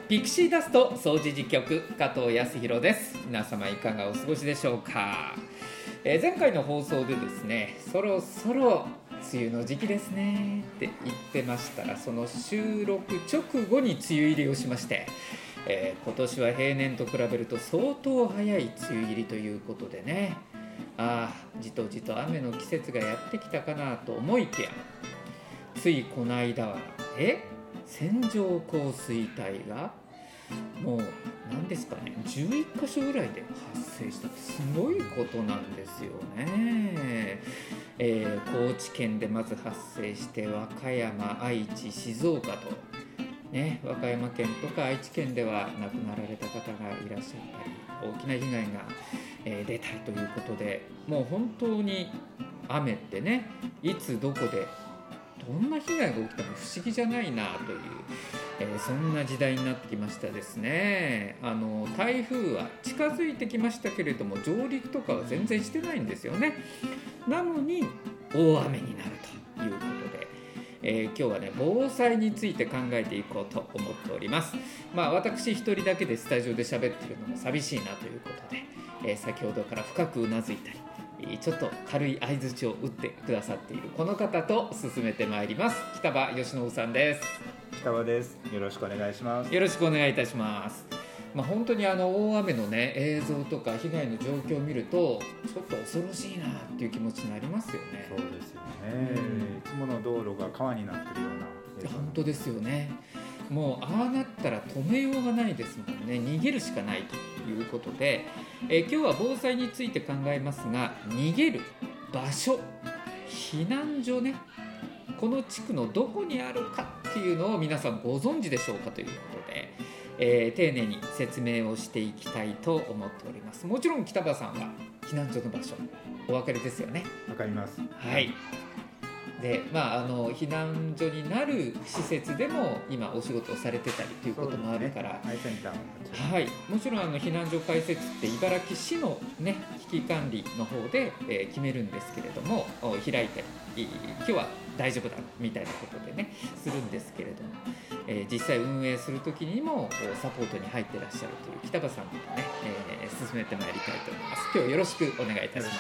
ピクシーダスト掃除時局、加藤康弘です。皆様いかがお過ごしでしょうか。前回の放送でですね、そろそろ梅雨の時期ですねって言ってましたら、その収録直後に梅雨入りをしまして、今年は平年と比べると相当早い梅雨入りということでね、じとじと雨の季節がやってきたかなと思いきや、ついこの間は線状降水帯がもう何ですかね、11箇所ぐらいで発生したってすごいことなんですよね。高知県でまず発生して、和歌山、愛知、静岡とね、和歌山県とか愛知県では亡くなられた方がいらっしゃったり、大きな被害が出たりということで、もう本当に雨ってね、いつどこでどんな被害が起きたの不思議じゃないなという、そんな時代になってきましたですね。台風は近づいてきましたけれども、上陸とかは全然してないんですよね。なのに大雨になるということで、今日はね、防災について考えていこうと思っております。私一人だけでスタジオで喋ってるのも寂しいなということで、先ほどから深くうなずいたり、ちょっと軽い相槌を打ってくださっているこの方と進めてまいります。北場義信さんです。 北場です。よろしくお願いします。 よろしくお願いいたします。本当に大雨のね、映像とか被害の状況を見るとちょっと恐ろしいなっていう気持ちになりますよね。 そうですよね、いつもの道路が川になってるような。 本当ですよね。もうああなったら止めようがないですもんね。逃げるしかないということで、今日は防災について考えますが、逃げる場所、避難所ね、この地区のどこにあるかっていうのを皆さんご存知でしょうかということで、丁寧に説明をしていきたいと思っております。もちろん北場さんは避難所の場所お分かりですよね。 わかります。 はい。で避難所になる施設でも今お仕事をされてたりということもあるから、はい、もちろん避難所開設って茨城市の、ね、危機管理の方で、決めるんですけれども、開いたり今日は大丈夫だみたいなことでねするんですけれども、実際運営する時にもサポートに入ってらっしゃるという北場さんとね、進めてまいりたいと思います。今日よろしくお願いいたします。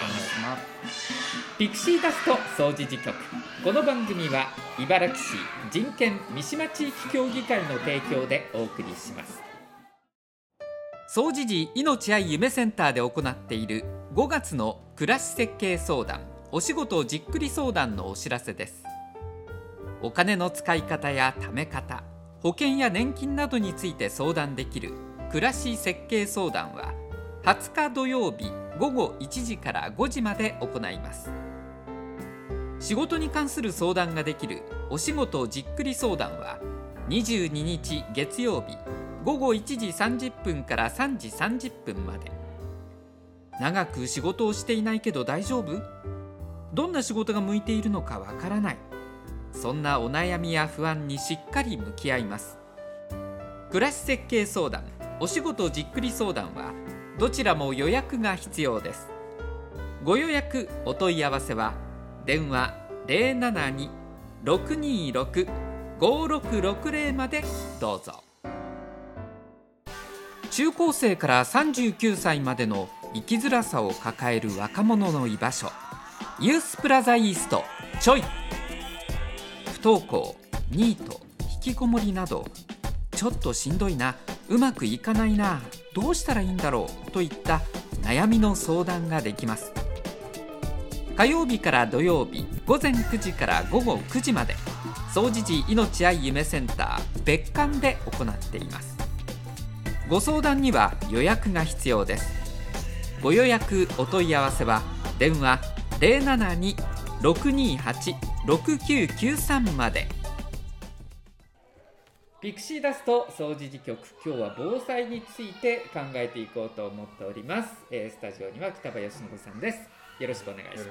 ピクシーダスト掃除時局、この番組は茨城市人権三島地域協議会の提供でお送りします。掃除時命愛夢センターで行っている5月の暮らし設計相談、お仕事じっくり相談のお知らせです。お金の使い方や貯め方、保険や年金などについて相談できる暮らし設計相談は20日土曜日午後1時から5時まで行います。仕事に関する相談ができるお仕事じっくり相談は22日月曜日午後1時30分から3時30分まで。長く仕事をしていないけど大丈夫？どんな仕事が向いているのかわからない。そんなお悩みや不安にしっかり向き合います。暮らし設計相談、お仕事じっくり相談はどちらも予約が必要です。ご予約お問い合わせは電話 072-626-5660 までどうぞ。中高生から39歳までの生きづらさを抱える若者の居場所、ユースプラザイーストちょい。不登校、ニート、引きこもりなど、ちょっとしんどいな、うまくいかないな、どうしたらいいんだろうといった悩みの相談ができます。火曜日から土曜日午前9時から午後9時まで、掃除時命愛夢センター別館で行っています。ご相談には予約が必要です。ご予約お問い合わせは電話 072-628-6993 まで。ピクシーダスト掃除時局、今日は防災について考えていこうと思っております。スタジオには北場義信さんです。よろしくお願いします。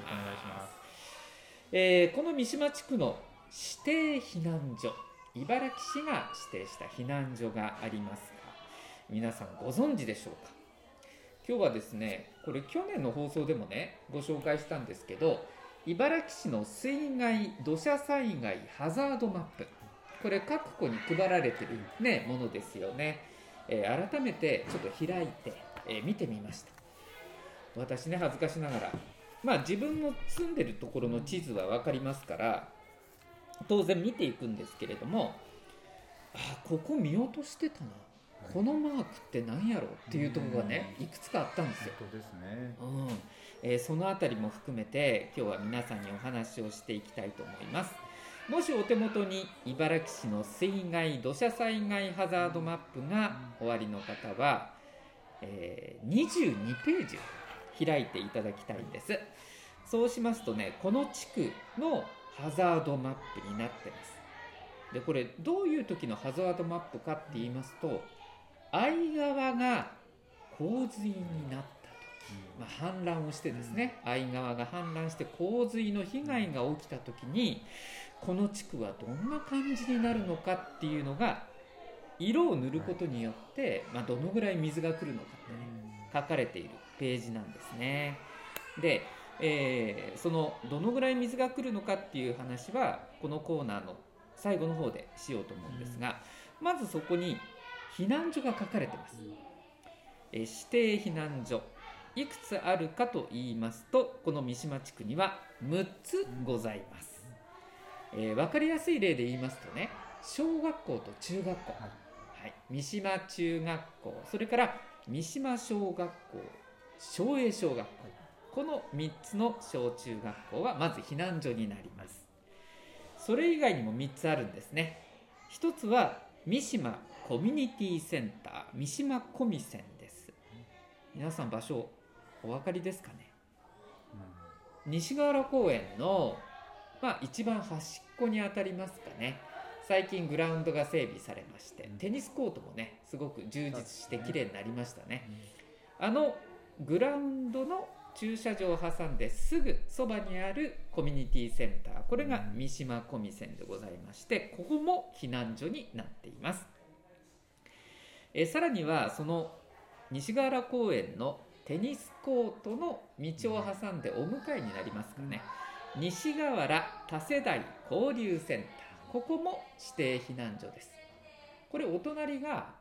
この三島地区の指定避難所、茨城市が指定した避難所がありますが、皆さんご存知でしょうか。今日はですね、これ去年の放送でもねご紹介したんですけど、茨城市の水害土砂災害ハザードマップ、 これ各戸に配られてる、ね、ものですよね。改めてちょっと開いて、見てみました。私ね、恥ずかしながら、自分の住んでるところの地図は分かりますから当然見ていくんですけれども、ここ見落としてたな、このマークって何やろっていうところがね、いくつかあったんですよ。 本当ですね。 そのあたりも含めて今日は皆さんにお話をしていきたいと思います。もしお手元に茨城市の水害土砂災害ハザードマップがおありの方は、22ページを開いていただきたいんです。そうしますとね、この地区のハザードマップになってます。でこれどういう時のハザードマップかって言いますと、相川が洪水になった時、氾濫をしてですね、相川が氾濫して洪水の被害が起きた時にこの地区はどんな感じになるのかっていうのが色を塗ることによって、どのぐらい水が来るのかってね、書かれているページなんですね。で、そのどのぐらい水が来るのかっていう話はこのコーナーの最後の方でしようと思うんですが、まずそこに避難所が書かれてます。指定避難所いくつあるかと言いますと、この三島地区には6つございます。分かりやすい例で言いますとね、小学校と中学校、三島中学校、それから三島小学校、松栄小学校、この3つの小中学校はまず避難所になります。それ以外にも3つあるんですね。一つは三島コミュニティセンター、三島コミセンです。皆さん場所お分かりですかね。西河原公園の、一番端っこにあたりますかね。最近グラウンドが整備されまして、テニスコートもねすごく充実して綺麗になりましたね。あのグラウンドの駐車場を挟んですぐそばにあるコミュニティセンター、これが三島コミセンでございまして、ここも避難所になっています。さらにはその西河原公園のテニスコートの道を挟んでお向かいになりますかね、西河原多世代交流センター、ここも指定避難所です。これお隣が、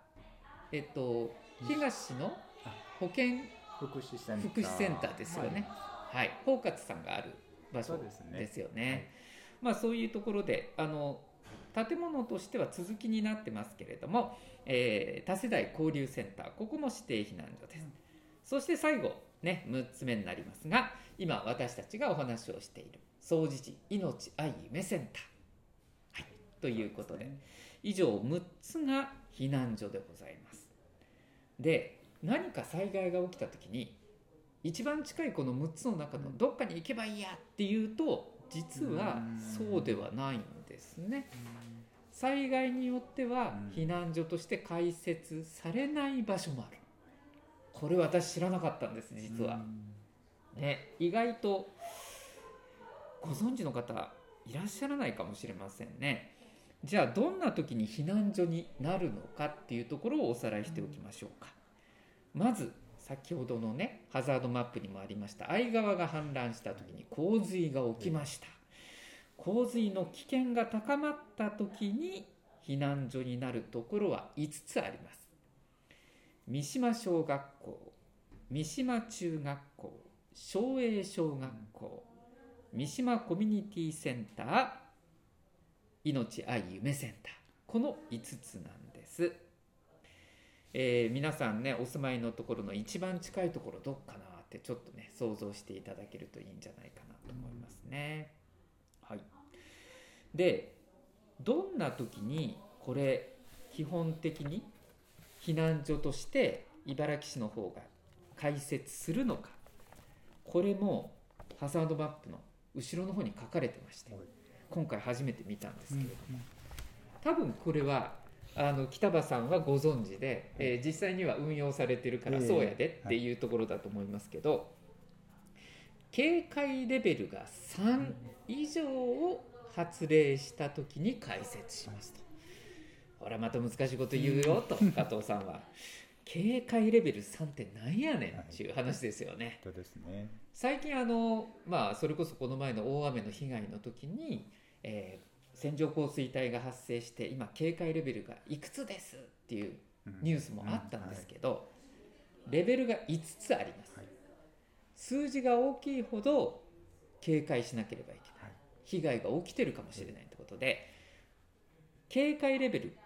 東の保健福祉センターですよね。包括さんがある場所ですよね。そういうところで建物としては続きになってますけれども、多世代交流センター、ここも指定避難所です。そして最後ね、6つ目になりますが、今私たちがお話をしている総持寺命愛夢センター、ということで、以上6つが避難所でございます。で、何か災害が起きた時に一番近いこの6つの中のどっかに行けばいいやっていうと、実はそうではないんですね。災害によっては避難所として開設されない場所もある。これ私知らなかったんです実は、意外とご存知の方いらっしゃらないかもしれませんね。じゃあどんな時に避難所になるのかっていうところをおさらいしておきましょうか。まず先ほどのねハザードマップにもありました相川が氾濫した時に洪水が起きました。洪水の危険が高まった時に避難所になるところは5つあります。三島小学校、三島中学校、松栄小学校、三島コミュニティセンター、命愛夢センター、この5つなんです。皆さんね、お住まいのところの一番近いところどっかなってちょっとね想像していただけるといいんじゃないかなと思いますね。で、どんな時にこれ基本的に避難所として茨城市の方が開設するのか、これもハザードマップの後ろの方に書かれてまして、今回初めて見たんですけれども、多分これは北場さんはご存知で、実際には運用されてるからそうやでっていうところだと思いますけど、警戒レベルが3以上を発令した時に開設しますと。ほらまた難しいこと言うよと加藤さんは警戒レベル3って何やねんっていう話ですよね。 そうですね。最近それこそこの前の大雨の被害の時に、 線状降水帯が発生して今警戒レベルがいくつですっていうニュースもあったんですけど、レベルが5つあります、はい、数字が大きいほど警戒しなければいけない、はい、被害が起きてるかもしれないということで、警戒レベル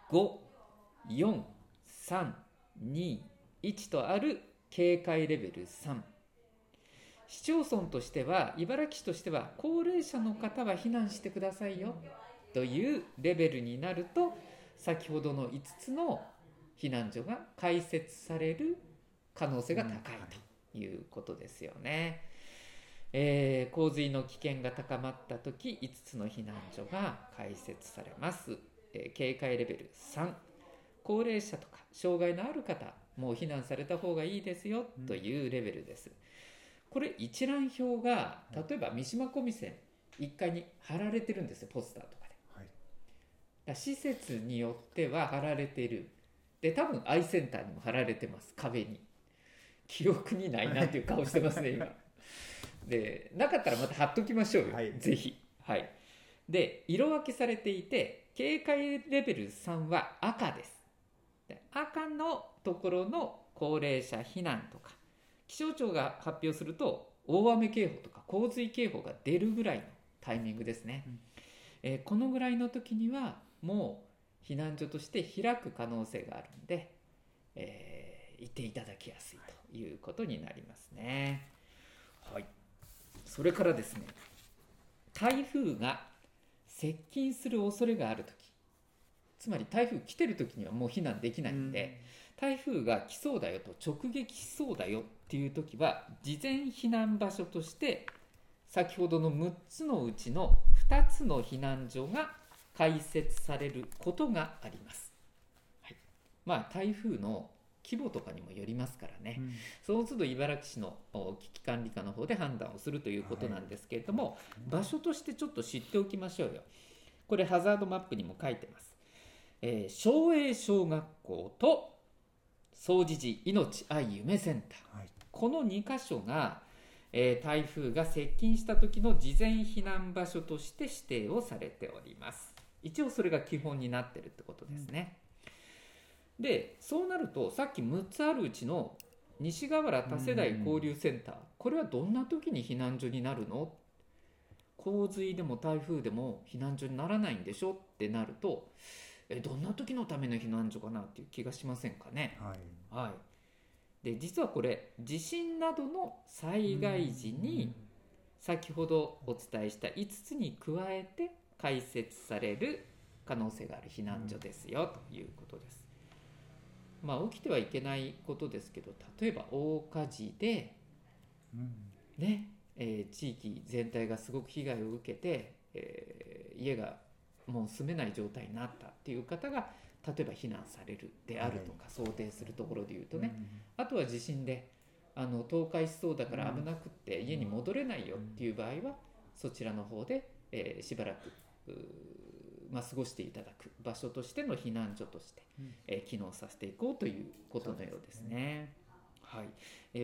5、4、3、2、1とある警戒レベル3、市町村としては、茨城市としては高齢者の方は避難してくださいよというレベルになると、先ほどの5つの避難所が開設される可能性が高いということですよね。洪水の危険が高まったとき、5つの避難所が開設されます。警戒レベル3、高齢者とか障害のある方、もう避難された方がいいですよというレベルです。これ一覧表が例えば三島小見線1階に貼られてるんですよ、ポスターとかで、はい、だ施設によっては貼られている。で、多分アイセンターにも貼られてます、壁に。記憶にないなっていう顔してますね今で、なかったらまた貼っときましょうよ、はい、ぜひ、はい、で、色分けされていて、警戒レベル3は赤です。で、赤のところの高齢者避難とか、気象庁が発表すると大雨警報とか洪水警報が出るぐらいのタイミングですね、このぐらいの時にはもう避難所として開く可能性があるんで、行っていただきやすいということになりますね。はい、それからですね、台風が接近する恐れがある時、つまり台風来てる時にはもう避難できないんで、台風が来そうだよと、直撃しそうだよっていう時は、事前避難場所として先ほどの6つのうちの2つの避難所が開設されることがあります、はい、まあ台風の規模とかにもよりますからね、その都度茨城市の危機管理課の方で判断をするということなんですけれども、場所としてちょっと知っておきましょうよ。これハザードマップにも書いてます。松栄小学校と総持寺命愛夢センター、はい、この2カ所が、台風が接近した時の事前避難場所として指定をされております。一応それが基本になってるってことですね、で、そうなるとさっき6つあるうちの西河原多世代交流センター、これはどんな時に避難所になるの？洪水でも台風でも避難所にならないんでしょってなると、どんな時のための避難所かなっていう気がしませんかね。はい、はい、で、実はこれ地震などの災害時に先ほどお伝えした5つに加えて開設される可能性がある避難所ですよということです。まあ起きてはいけないことですけど、例えば大火事で、ね、地域全体がすごく被害を受けて、家がもう住めない状態になったっていう方が例えば避難されるであるとか、想定するところでいうとね、あとは地震で倒壊しそうだから危なくって家に戻れないよっていう場合は、そちらの方で、しばらく過ごしていただく場所としての避難所として、機能させていこうということのようですね。はい、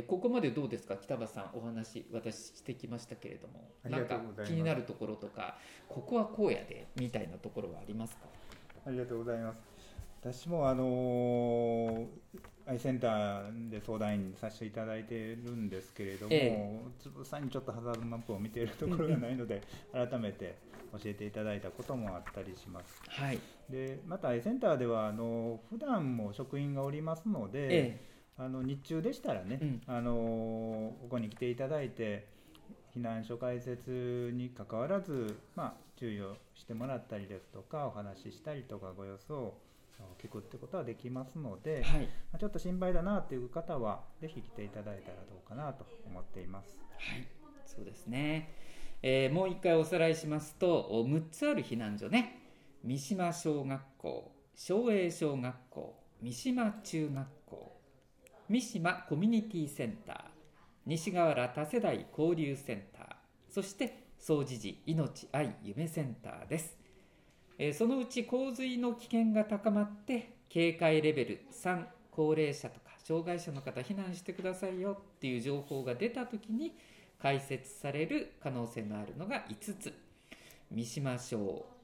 ここまでどうですか、北場さん、お話私してきましたけれども、なんか気になるところとか、ここはこうやでみたいなところはありますか？ ありがとうございます。私もアイセンターで相談員させていただいているんですけれども、つぶさにちょっとハザードマップを見ているところがないので、改めて教えていただいたこともあったりします、はい、でまたアイセンターでは普段も職員がおりますので、日中でしたらね、ここに来ていただいて避難所開設にかかわらず、注意をしてもらったりですとか、お話ししたりとか、ご様子を聞くってことはできますので、はい、ちょっと心配だなという方はぜひ来ていただいたらどうかなと思っています。 はい、そうですね。もう一回おさらいしますと、6つある避難所ね、三島小学校、松栄小学校、三島中学校、三島コミュニティセンター、西河原多世代交流センター、そして総持寺命愛夢センターです。そのうち洪水の危険が高まって警戒レベル3、高齢者とか障害者の方避難してくださいよっていう情報が出たときに開設される可能性のあるのが5つ、三島小、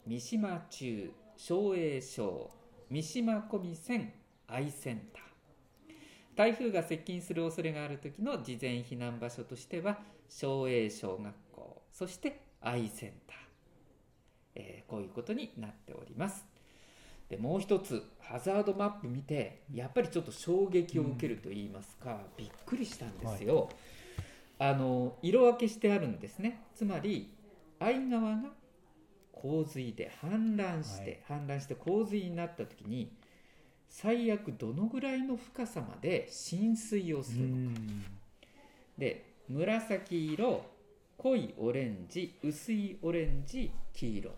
三島中松栄町三島小見線アイセンター。台風が接近する恐れがある時の事前避難場所としては松栄小学校、そしてアイセンター、こういうことになっております。でもう一つハザードマップ見てやっぱりちょっと衝撃を受けると言いますか、びっくりしたんですよ、色分けしてあるんですね。つまり相川が洪水で氾濫して洪水になった時に最悪どのぐらいの深さまで浸水をするのか。で、紫色、濃いオレンジ、薄いオレンジ、黄色、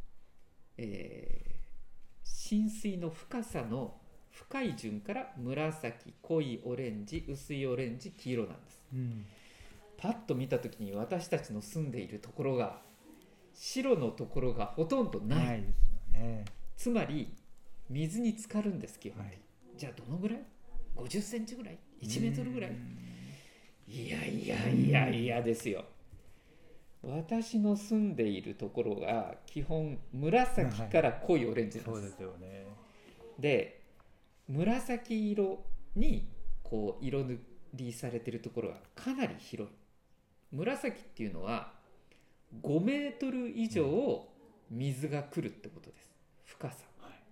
浸水の深さの深い順から紫、濃いオレンジ、薄いオレンジ、黄色なんです、パッと見た時に私たちの住んでいるところが白のところがほとんどないですよね。 つまり水に浸かるんです、基本的に。じゃあどのぐらい？50センチぐらい？1メートルぐらい？いやですよ。私の住んでいるところが基本紫から濃いオレンジなんです。 そうですよね。 で、紫色にこう色塗りされているところがかなり広い。紫っていうのは5メートル以上水が来るってことです。深さ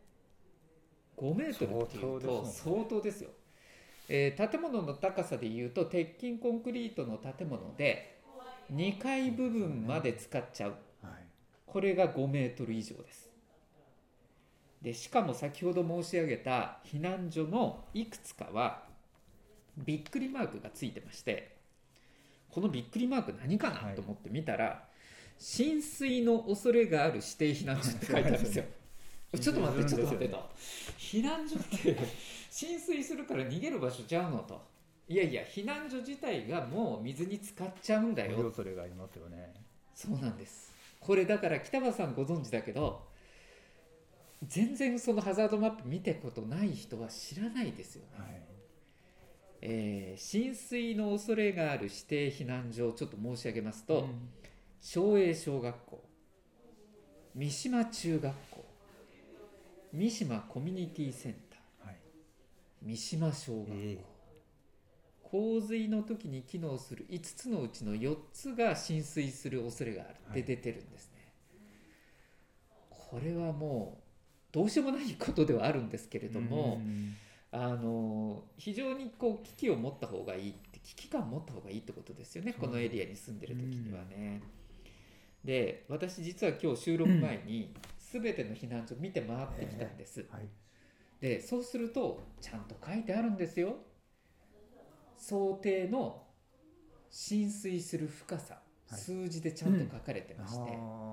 5メートルっていうと相当ですよ。建物の高さでいうと鉄筋コンクリートの建物で2階部分まで使っちゃう、これが5メートル以上です。でしかも先ほど申し上げた避難所のいくつかはびっくりマークがついてまして、このびっくりマーク何かなと思って見たら、浸水の恐れがある指定避難所って書いてあるんですよ。ちょっと待ってと、避難所って浸水するから逃げる場所ちゃうのと。いや避難所自体がもう水に浸かっちゃうんだよ。 恐れがありますよね。 そうなんです。これだから北場さんご存知だけど、全然そのハザードマップ見たことない人は知らないですよね、浸水の恐れがある指定避難所をちょっと申し上げますと、松栄小学校、三島中学校、三島コミュニティセンター、三島小学校、洪水の時に機能する5つのうちの4つが浸水する恐れがあるって出てるんですね、これはもうどうしようもないことではあるんですけれども、非常にこう危機を持った方がいいって危機感を持った方がいいってことですよね、このエリアに住んでる時にはね。で、私実は今日収録前に全ての避難所見て回ってきたんです、でそうするとちゃんと書いてあるんですよ。想定の浸水する深さ、数字でちゃんと書かれてまして、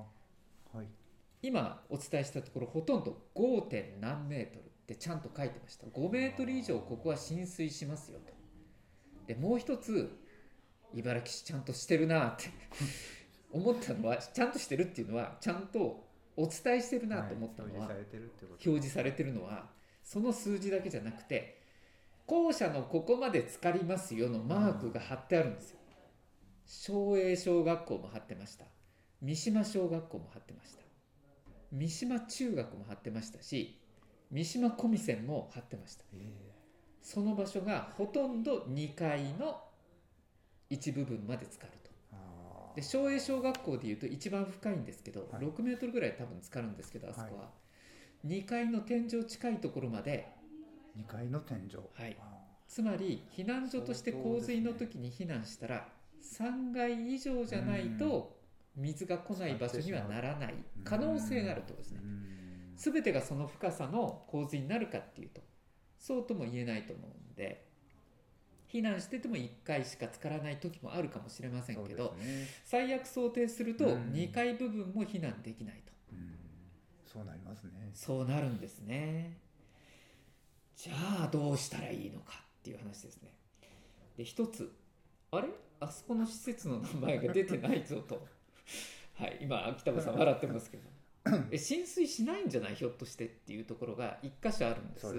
今お伝えしたところほとんど 5. 点何メートルってちゃんと書いてました。5メートル以上ここは浸水しますよと。でもう一つ、茨城市ちゃんとしてるなって思ったのは、ちゃんとしてるっていうのはちゃんとお伝えしてるなと思ったのは、表示されてるのはその数字だけじゃなくて、校舎のここまで浸かりますよのマークが貼ってあるんですよ。松栄小学校も貼ってました、三島小学校も貼ってました、三島中学も貼ってましたし、三島小見線も貼ってました、その場所がほとんど2階の一部分まで浸かると。で松栄小学校でいうと一番深いんですけど、6メートルぐらい多分浸かるんですけど、あそこは、2階の天井近いところまで、 2階の天井、 つまり避難所として洪水の時に避難したら3階以上じゃないと水が来ない場所にはならない可能性があるとですね。全てがその深さの洪水になるかっていうとそうとも言えないと思うんで、避難してても1階しか浸からない時もあるかもしれませんけど、最悪想定すると2階部分も避難できないと。 そうなりますね。 そうなるんですね。じゃあどうしたらいいのかっていう話ですね。で一つ、あそこの施設の名前が出てないぞと今北場さん笑ってますけど浸水しないんじゃないひょっとしてっていうところが1箇所あるんです。 そうです。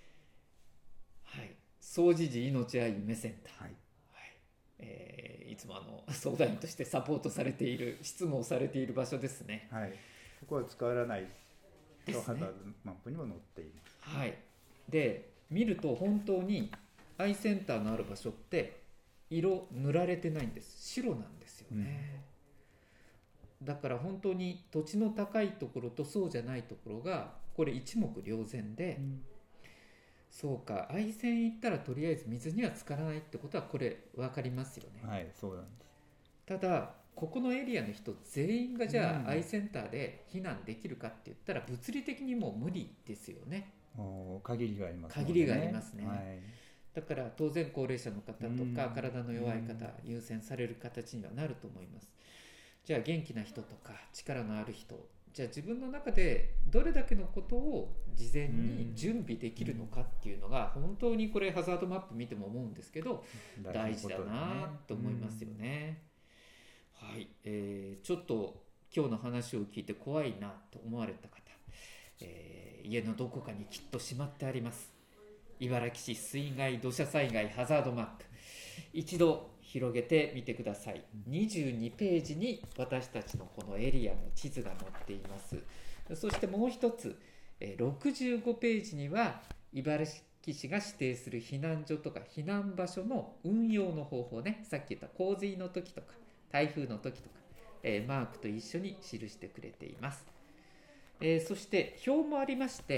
総持寺命あい夢センター、いつも相談員としてサポートされている、質問されている場所ですね。 そこは使わないとハザードマップにも載っています。 はい、で見ると本当にアイセンターのある場所って色塗られてないんです。白なんですよね、だから本当に土地の高いところとそうじゃないところがこれ一目瞭然で、そうか、アイセン行ったらとりあえず水には浸からないってことはこれ分かりますよね。 はい、そうなんです。 ただここのエリアの人全員がじゃあアイセンターで避難できるかって言ったら物理的にもう無理ですよね。 限りがありますね。 限りがありますね、 はい、 だから当然高齢者の方とか体の弱い方優先される形にはなると思います。じゃあ元気な人とか力のある人、じゃあ自分の中でどれだけのことを事前に準備できるのかっていうのが本当にこれハザードマップ見ても思うんですけど大事だなと思いますよね。はい、ちょっと今日の話を聞いて怖いなと思われた方、家のどこかにきっとしまってあります。茨城市水害土砂災害ハザードマップ、一度広げてみてください。22ページに私たちのこのエリアの地図が載っています。そしてもう一つ65ページには茨城市が指定する避難所とか避難場所の運用の方法ね、さっき言った洪水の時とか台風の時とか、マークと一緒に記してくれています。そして表もありまして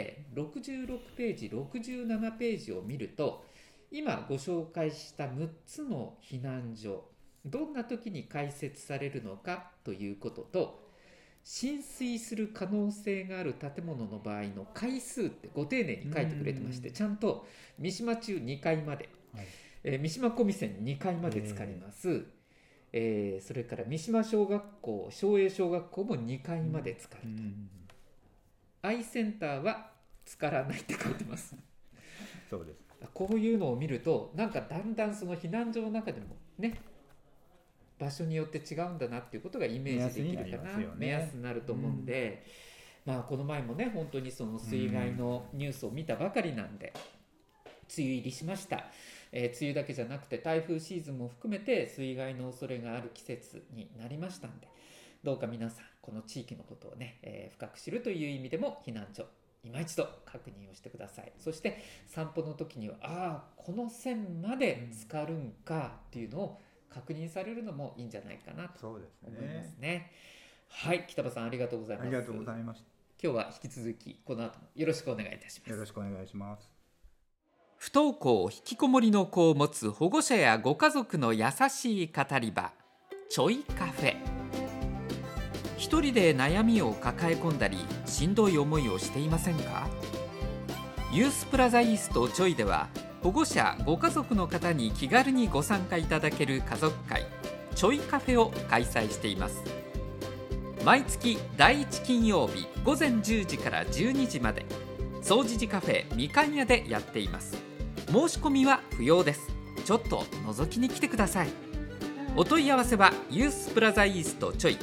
、66ページ67ページを見ると今ご紹介した6つの避難所どんな時に開設されるのかということと、浸水する可能性がある建物の場合の回数ってご丁寧に書いてくれてまして、ちゃんと三島中2階まで、三島小見線2階まで浸かります、それから三島小学校松栄小学校も2階まで浸かると、アイセンターは浸からないって書いてますそうです。 こういうのを見るとなんかだんだんその避難所の中でもね場所によって違うんだなっていうことがイメージできるかな、目安になると思うんで、この前もね本当にその水害のニュースを見たばかりなんで、梅雨入りしました、梅雨だけじゃなくて台風シーズンも含めて水害の恐れがある季節になりましたんで、どうか皆さんこの地域のことをね、深く知るという意味でも避難所今一度確認をしてください。そして散歩の時にはこの線まで浸かるんかっていうのを確認されるのもいいんじゃないかなと思いますね。はい、北場さんありがとうございます。 ありがとうございました。 今日は引き続きこの後もよろしくお願いいたします。 よろしくお願いします。 不登校引きこもりの子を持つ保護者やご家族の優しい語り場、ちょいカフェ。一人で悩みを抱え込んだりしんどい思いをしていませんか？ユースプラザイーストちょいでは保護者ご家族の方に気軽にご参加いただける家族会ちょいカフェを開催しています。毎月第1金曜日午前10時から12時まで総持寺カフェみかん屋でやっています。申し込みは不要です。ちょっと覗きに来てください。お問い合わせはユースプラザイーストちょい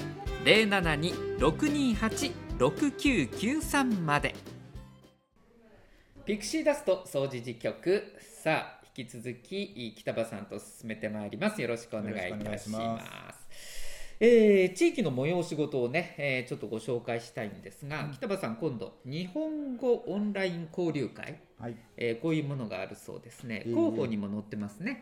072-628-6993 まで。ピクシーダスト総持寺局、さあ引き続き北場さんと進めてまいります。よろしくお願いいたします。地域の催し事をね、ちょっとご紹介したいんですが、北場さん今度日本語オンライン交流会、こういうものがあるそうですね。広報にも載ってますね。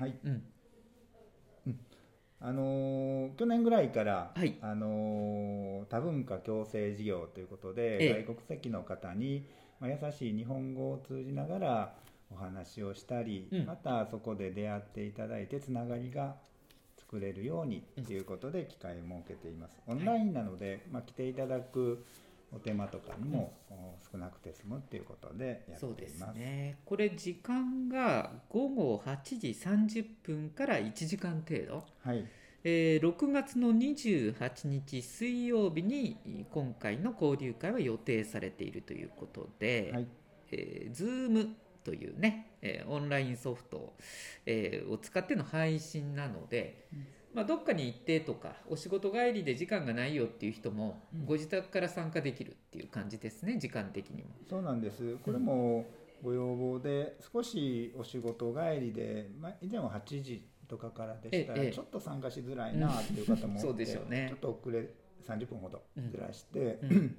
去年ぐらいから、多文化共生事業ということで、外国籍の方に、優しい日本語を通じながらお話をしたり、またそこで出会っていただいてつながりが作れるようにということで機会を設けています。オンラインなので、来ていただくお手間とかにも少なくて済むということでやっています。そうですね。 これ時間が午後8時30分から1時間程度。6月の28日水曜日に今回の交流会は予定されているということで、Zoom というね、オンラインソフトを使っての配信なので、どっかに行ってとかお仕事帰りで時間がないよっていう人もご自宅から参加できるっていう感じですね、時間的にも。 そうなんです。これもご要望で、少しお仕事帰りで、以前は8時とかからでしたらちょっと参加しづらいなっていう方もそうでしょうね。 ちょっと遅れ30分ほどずらして、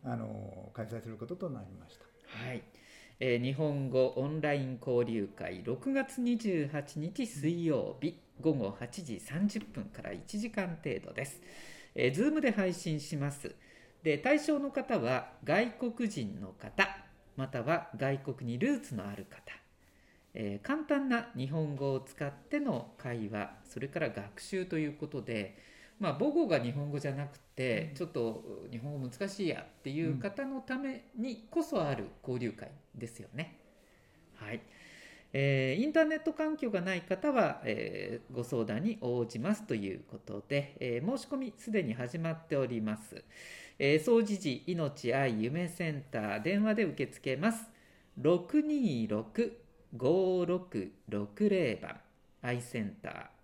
開催することとなりました。 はい、日本語オンライン交流会6月28日水曜日午後8時30分から1時間程度です。Zoom で配信します。で、対象の方は外国人の方、または外国にルーツのある方、簡単な日本語を使っての会話、それから学習ということで、母語が日本語じゃなくてちょっと日本語難しいやっていう方のためにこそある交流会ですよね。はい、インターネット環境がない方は、ご相談に応じますということで、申し込みすでに始まっております。総持寺いのち愛夢センター電話で受け付けます。626-5660番愛センター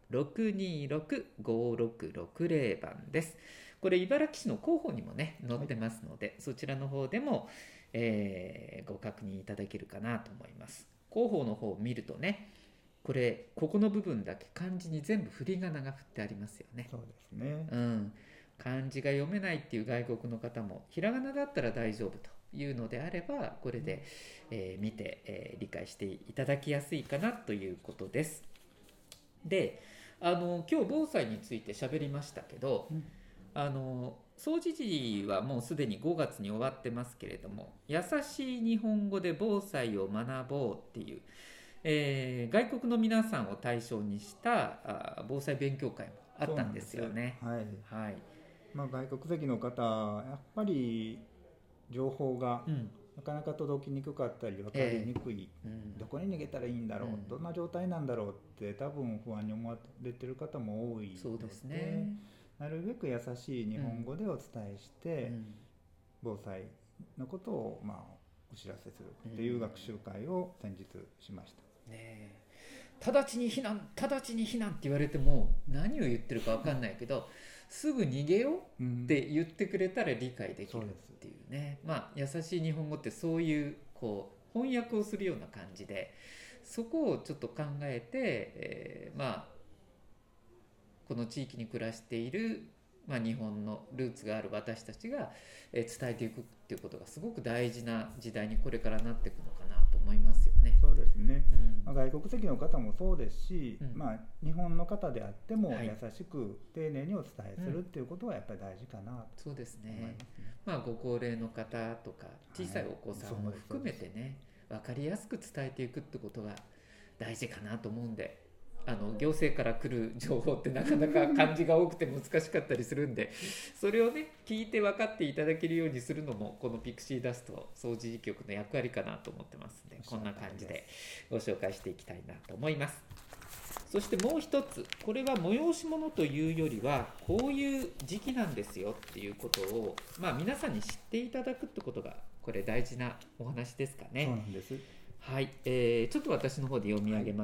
626-5660番です。これ茨城市の広報にもね載ってますので、そちらの方でも、ご確認いただけるかなと思います。広報の方を見るとね、ここの部分だけ漢字に全部振り仮名が振ってありますよね。 そうですね、 漢字が読めないっていう外国の方もひらがなだったら大丈夫というのであればこれで、見て、理解していただきやすいかなということです。で、今日防災について喋りましたけど、総持寺はもうすでに5月に終わってますけれども、優しい日本語で防災を学ぼうっていう、外国の皆さんを対象にした防災勉強会もあったんですよね。 外国籍の方やっぱり情報がなかなか届きにくかったり分かりにくい、どこに逃げたらいいんだろう、どんな状態なんだろうって多分不安に思われてる方も多いので、 そうですね、 なるべく優しい日本語でお伝えして、防災のことをお知らせするっていう学習会を先日しました。 直ちに避難って言われても何を言ってるか分かんないけどすぐ逃げようって言ってくれたら理解できるっていうね、優しい日本語ってそういう翻訳をするような感じで、そこをちょっと考えて、この地域に暮らしている、日本のルーツがある私たちが伝えていくっていうことがすごく大事な時代にこれからなっていくのかなと思いますよね。 そうですね、外国籍の方もそうですし、日本の方であっても優しく丁寧にお伝えするっていうことはやっぱり大事かなと思いますね。 そうですね、ご高齢の方とか小さいお子さんも含めてね、分かりやすく伝えていくってことが大事かなと思うんで、行政から来る情報ってなかなか漢字が多くて難しかったりするんで、それをね聞いて分かっていただけるようにするのもこのピクシーダスト総持寺局の役割かなと思ってますので、こんな感じでご紹介していきたいなと思います。そしてもう一つ、これは催し物というよりはこういう時期なんですよっていうことを、皆さんに知っていただくってことがこれ大事なお話ですかね。 そうなんです。 はい、ちょっと私の方で読み上げます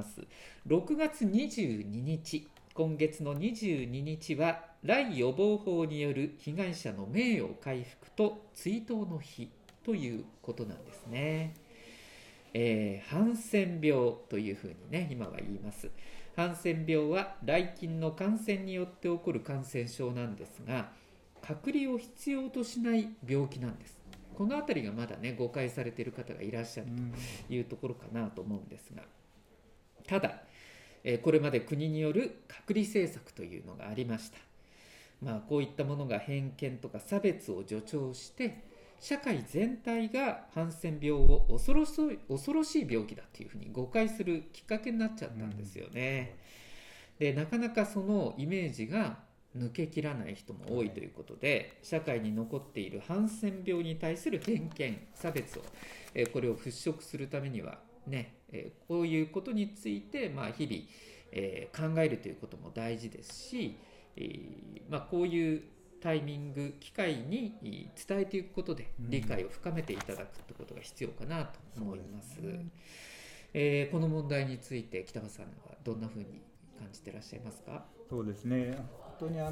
。6月22日、今月の22日は来予防法による被害者の名誉回復と追悼の日ということなんですね。ハンセン病というふうにね今は言います。ハンセン病は来菌の感染によって起こる感染症なんですが、隔離を必要としない病気なんです。このあたりがまだね誤解されている方がいらっしゃるというところかなと思うんですが、ただ、これまで国による隔離政策というのがありました。こういったものが偏見とか差別を助長して社会全体がハンセン病を恐ろしい病気だというふうに誤解するきっかけになっちゃったんですよね。で、なかなかそのイメージが抜けきらない人も多いということで、社会に残っているハンセン病に対する偏見、差別を、これを払拭するためにはね、こういうことについて、日々、考えるということも大事ですし、こういうタイミング、機会に伝えていくことで理解を深めていただくということが必要かなと思います。この問題について北川さんはどんなふうに感じていらっしゃいますか？ そうですね、本当に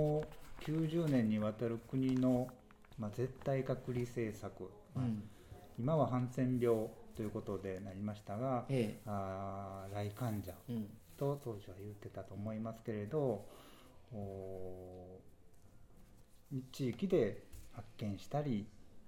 90年にわたる国の、絶対隔離政策、今はハンセン病ということでなりましたが、来患者と当時は言ってたと思いますけれど、地域で発見したり、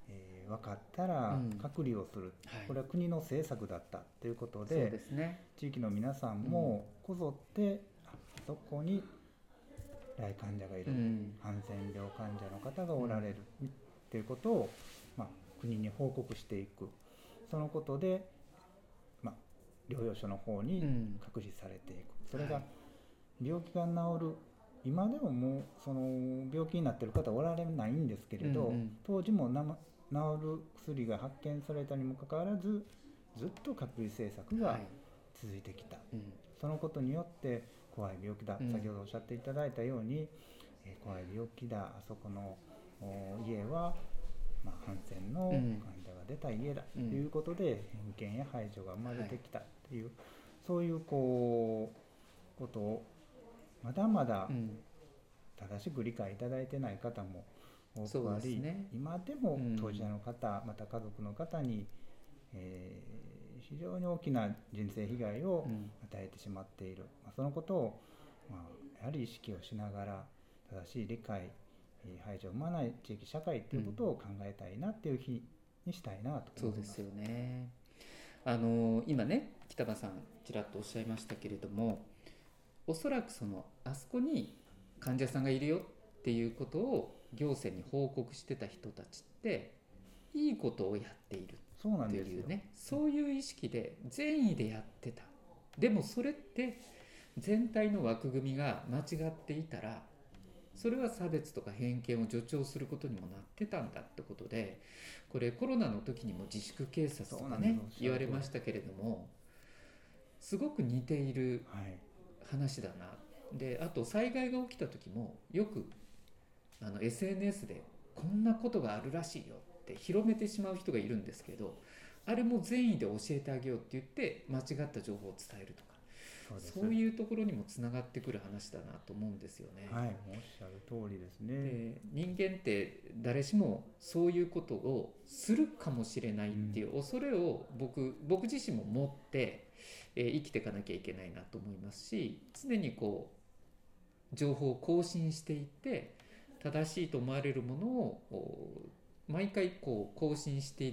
分かったら隔離をする、これは国の政策だったということで、 そうですね、 地域の皆さんもこぞってそこに来患者がいる、ハンセン病患者の方がおられるということを、国に報告していく。そのことで、療養所の方に隔離されていく、それが病気が治る、今でももうその病気になっている方おられないんですけれど、当時も治る薬が発見されたにもかかわらずずっと隔離政策が続いてきた、そのことによって怖い病気だ、先ほどおっしゃっていただいたように、怖い病気だ、あそこの家は、ハンセンの患者が出た家だということで、偏見や排除が生まれてきたという、そういうことをまだまだ正しく理解いただいてない方も多くあり、今でも当事者の方、また家族の方に、非常に大きな人生被害を与えてしまっている、そのことを、やはり意識をしながら正しい理解、排除を生まない地域社会ということを考えたいなという日にしたいなと思います。 そうですよね。今ね北場さんちらっとおっしゃいましたけれども、おそらくあそこに患者さんがいるよっていうことを行政に報告してた人たちっていいことをやっているっていうね、そういう意識で善意でやってた。でもそれって全体の枠組みが間違っていたら、それは差別とか偏見を助長することにもなってたんだってことで、これコロナの時にも自粛警察とかね言われましたけれども、すごく似ている話だな。で、あと災害が起きた時もよくSNS でこんなことがあるらしいよって広めてしまう人がいるんですけど、あれも善意で教えてあげようって言って間違った情報を伝えるとか、そういうところにもつながってくる話だなと思うんですよね。 はい、おっしゃる通りですね。 で、人間って誰しもそういうことをするかもしれないっていう恐れを僕自身も持って、生きていかなきゃいけないなと思いますし、常に情報を更新していって正しいと思われるものを毎回更新していって、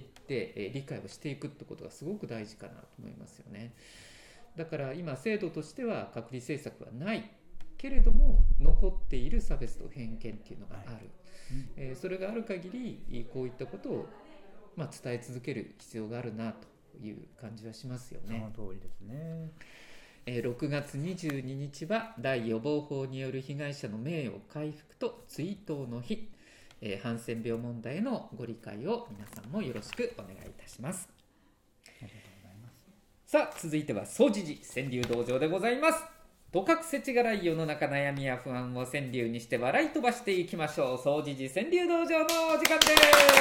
理解をしていくってことがすごく大事かなと思いますよね。だから今制度としては隔離政策はないけれども残っている差別と偏見っていうのがある、それがある限りこういったことを、伝え続ける必要があるなという感じはしますよね。 その通りですね。 6月22日は大予防法による被害者の名誉回復と追悼の日、ハンセン病問題へのご理解を皆さんもよろしくお願いいたします。さあ、続いては総持寺川柳道場でございます。とかくせちがらい世の中、悩みや不安を川柳にして笑い飛ばしていきましょう。総持寺川柳道場のお時間です。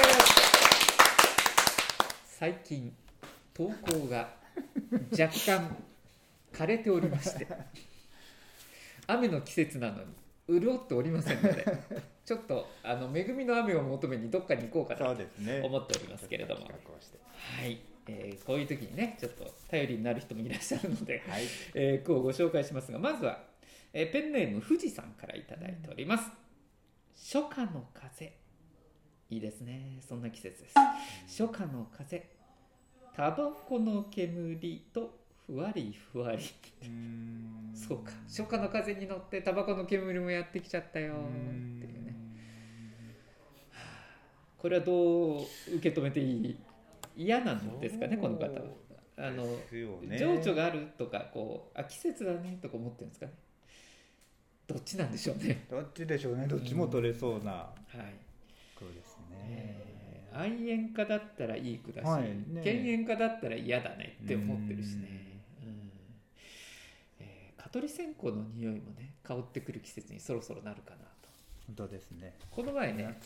最近投稿が若干枯れておりまして雨の季節なのに潤っておりませんのでちょっと恵みの雨を求めにどっかに行こうかなと思っておりますけれども、はい、こういう時にねちょっと頼りになる人もいらっしゃるので、はい、句をご紹介しますが、まずは、ペンネーム富士さんからいただいております。初夏の風、いいですね、そんな季節です。初夏の風、タバコの煙とふわりふわりそうか、初夏の風に乗ってタバコの煙もやってきちゃったよっていうね。これはどう受け止めていい？嫌なんですかね、この方は。情緒があるとか季節だねとか思ってるんですかね。どっちなんでしょうね。 どっちでしょうね。どっちも取れそうな、 そうですね。愛煙家だったらいい句だし、犬煙家だったら嫌だねって思ってるしね。蚊取り線香の匂いもね香ってくる季節にそろそろなるかなと。 本当ですね。 この前ね、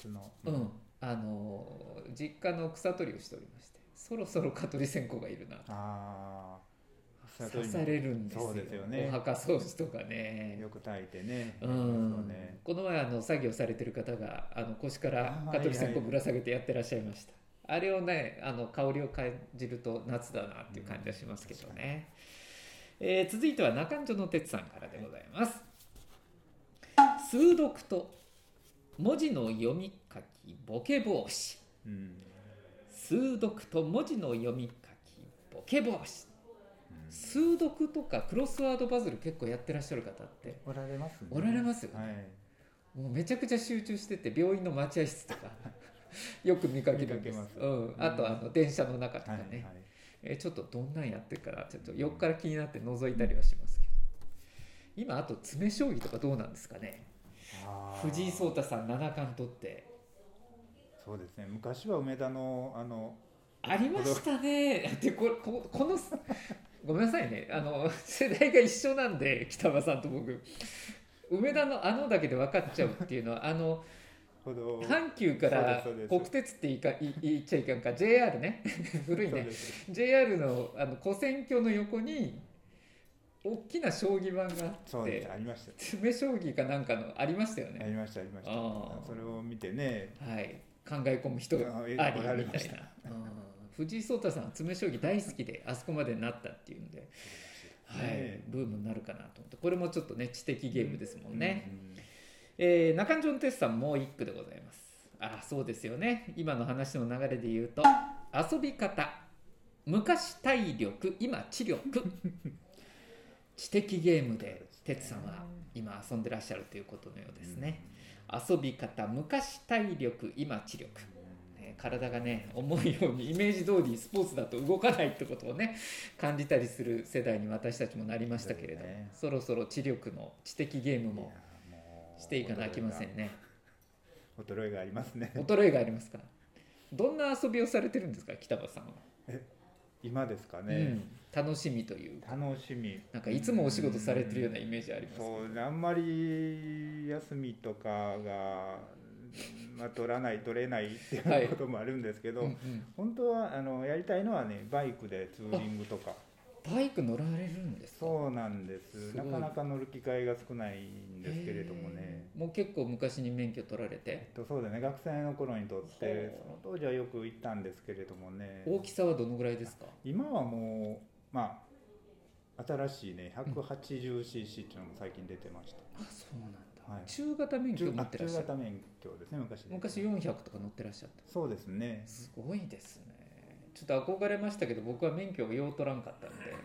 実家の草取りをしておりまして、そろそろ蚊取り線香がいるなと。刺されるんですよ。 そうですよね。 お墓掃除とかね。 よく炊いてね。 この前作業されてる方が腰から蚊取り線香ぶら下げてやってらっしゃいました。あれをね香りを感じると夏だなっていう感じはしますけどね。続いては中条の哲さんからでございます。数読と文字の読み書きボケ防止。 数読と文字の読み書きボケ防止。数読とかクロスワードパズル結構やってらっしゃる方っておられますね。 おられますよね、はい、もうめちゃくちゃ集中してて病院の待合室とかよく見かけるんです。あと電車の中とかね、はいはい、ちょっとどんなんやってるからちょっと横から気になって覗いたりはしますけど、今あと詰将棋とかどうなんですかね。藤井聡太さん七冠取って。 そうですね、昔は梅田のありましたね。でこのごめんなさいね、世代が一緒なんで北場さんと僕、梅田のだけで分かっちゃうっていうのは阪急から国鉄って言っちゃいかんか JR ね古いねJR の跨線橋の横に大きな将棋盤があって、 そうです、ありました、 詰将棋かなんかのありましたよね。 ありました。それを見てね、 はい、考え込む人がありみたいな。藤井聡太さんは詰将棋大好きであそこまでなったっていうんで、はい、ブームになるかなと思って、これもちょっとね知的ゲームですもんね。中条哲さんもう一句でございます。そうですよね、今の話の流れで言うと遊び方、昔体力今知力知的ゲームで哲さんは今遊んでらっしゃるということのようですね。遊び方、昔体力今知力、体がね思うようにイメージ通りスポーツだと動かないってことをね感じたりする世代に私たちもなりましたけれども、そろそろ知力の知的ゲームもしていかなきませんね。 衰えがありますね。 衰えがありますか。どんな遊びをされてるんですか北場さんは。 今ですかね、 楽しみというか、 楽しみ、 なんかいつもお仕事されてるようなイメージあります。 そう、あんまり休みとかが取れないっていうこともあるんですけど、本当はやりたいのはね、バイクでツーリングとか。 バイク乗られるんですか。 そうなんです。なかなか乗る機会が少ないんですけれどもね。 もう結構昔に免許取られて。 そうだね、学生の頃に取って、その当時はよく行ったんですけれどもね。 大きさはどのぐらいですか。 今はもう新しいね 180cc っていうのも最近出てました。 そうなんだ。はい、中型免許持ってらっしゃる。 中型免許ですね、 昔400とか乗ってらっしゃった。 そうですね。 すごいですね。ちょっと憧れましたけど、僕は免許をよう取らんかったんで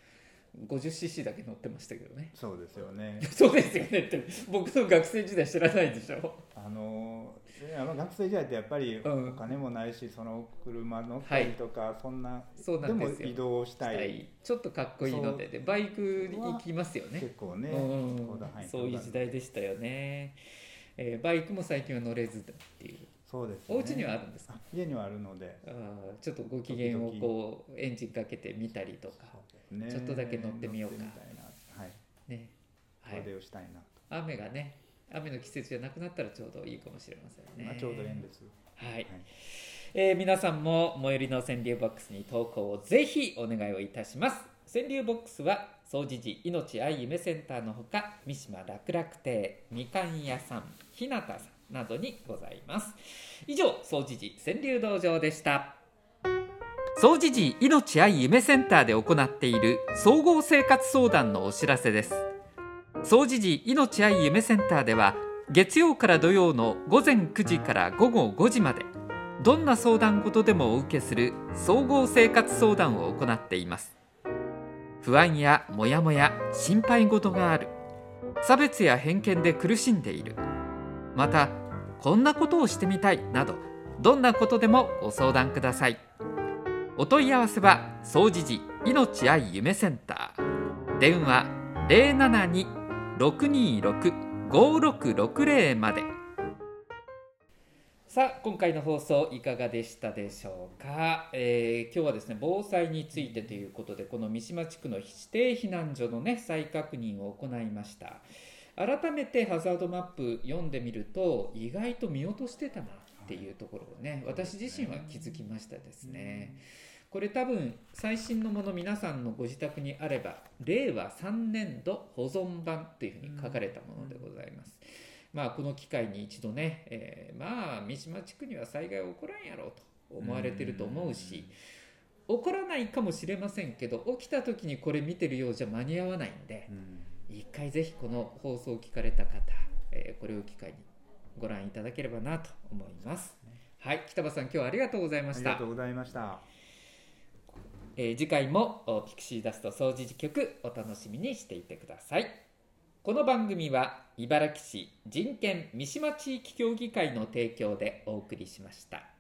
50cc だけ乗ってましたけどね。 そうですよね。 そうですよねって僕の学生時代知らないでしょ。 学生時代ってやっぱりお金もないし、その車乗ったりとか、そんなでも移動したい、 ちょっとかっこいいのでバイク行きますよね。 結構ね、 そういう時代でしたよね。バイクも最近は乗れずっていう。 そうですね。 お家にはあるんですか。 家にはあるので、 ちょっとご機嫌をこうエンジンかけてみたりとか、ちょっとだけ乗ってみようかみたいな、ね、 遠出をしたいなと。 雨がね、雨の季節じゃなくなったらちょうどいいかもしれませんね。 ちょうどいいんです。 はい。皆さんも最寄りの川柳ボックスに投稿をぜひお願いをいたします。川柳ボックスは総持寺命愛夢センターのほか、三島楽々亭、みかん屋さん、ひなたさんなどにございます。以上、総持寺川柳道場でした。総持寺命愛夢センターで行っている総合生活相談のお知らせです。総持寺命愛夢センターでは月曜から土曜の午前9時から午後5時まで、どんな相談事でもお受けする総合生活相談を行っています。不安やモヤモヤ、心配事がある、差別や偏見で苦しんでいる、またこんなことをしてみたいなど、どんなことでもご相談ください。お問い合わせは総持寺命愛夢センター、電話 072-626-5660 まで。さあ、今回の放送いかがでしたでしょうか。今日はですね、防災についてということで、この三島地区の指定避難所のね再確認を行いました。改めてハザードマップ読んでみると、意外と見落としてたなっていうところをね、私自身は気づきましたですね。これ多分最新のもの、皆さんのご自宅にあれば令和3年度保存版というふうに書かれたものでございます。この機会に一度ね、三島地区には災害起こらんやろうと思われてると思うし、起こらないかもしれませんけど、起きた時にこれ見てるようじゃ間に合わないんで、一回ぜひこの放送を聞かれた方、これを機会にご覧いただければなと思います。 はい、北場さん今日はありがとうございました。 ありがとうございました。 次回もピクシーダスト総除事局お楽しみにしていてください。この番組は茨城市人権三島地域協議会の提供でお送りしました。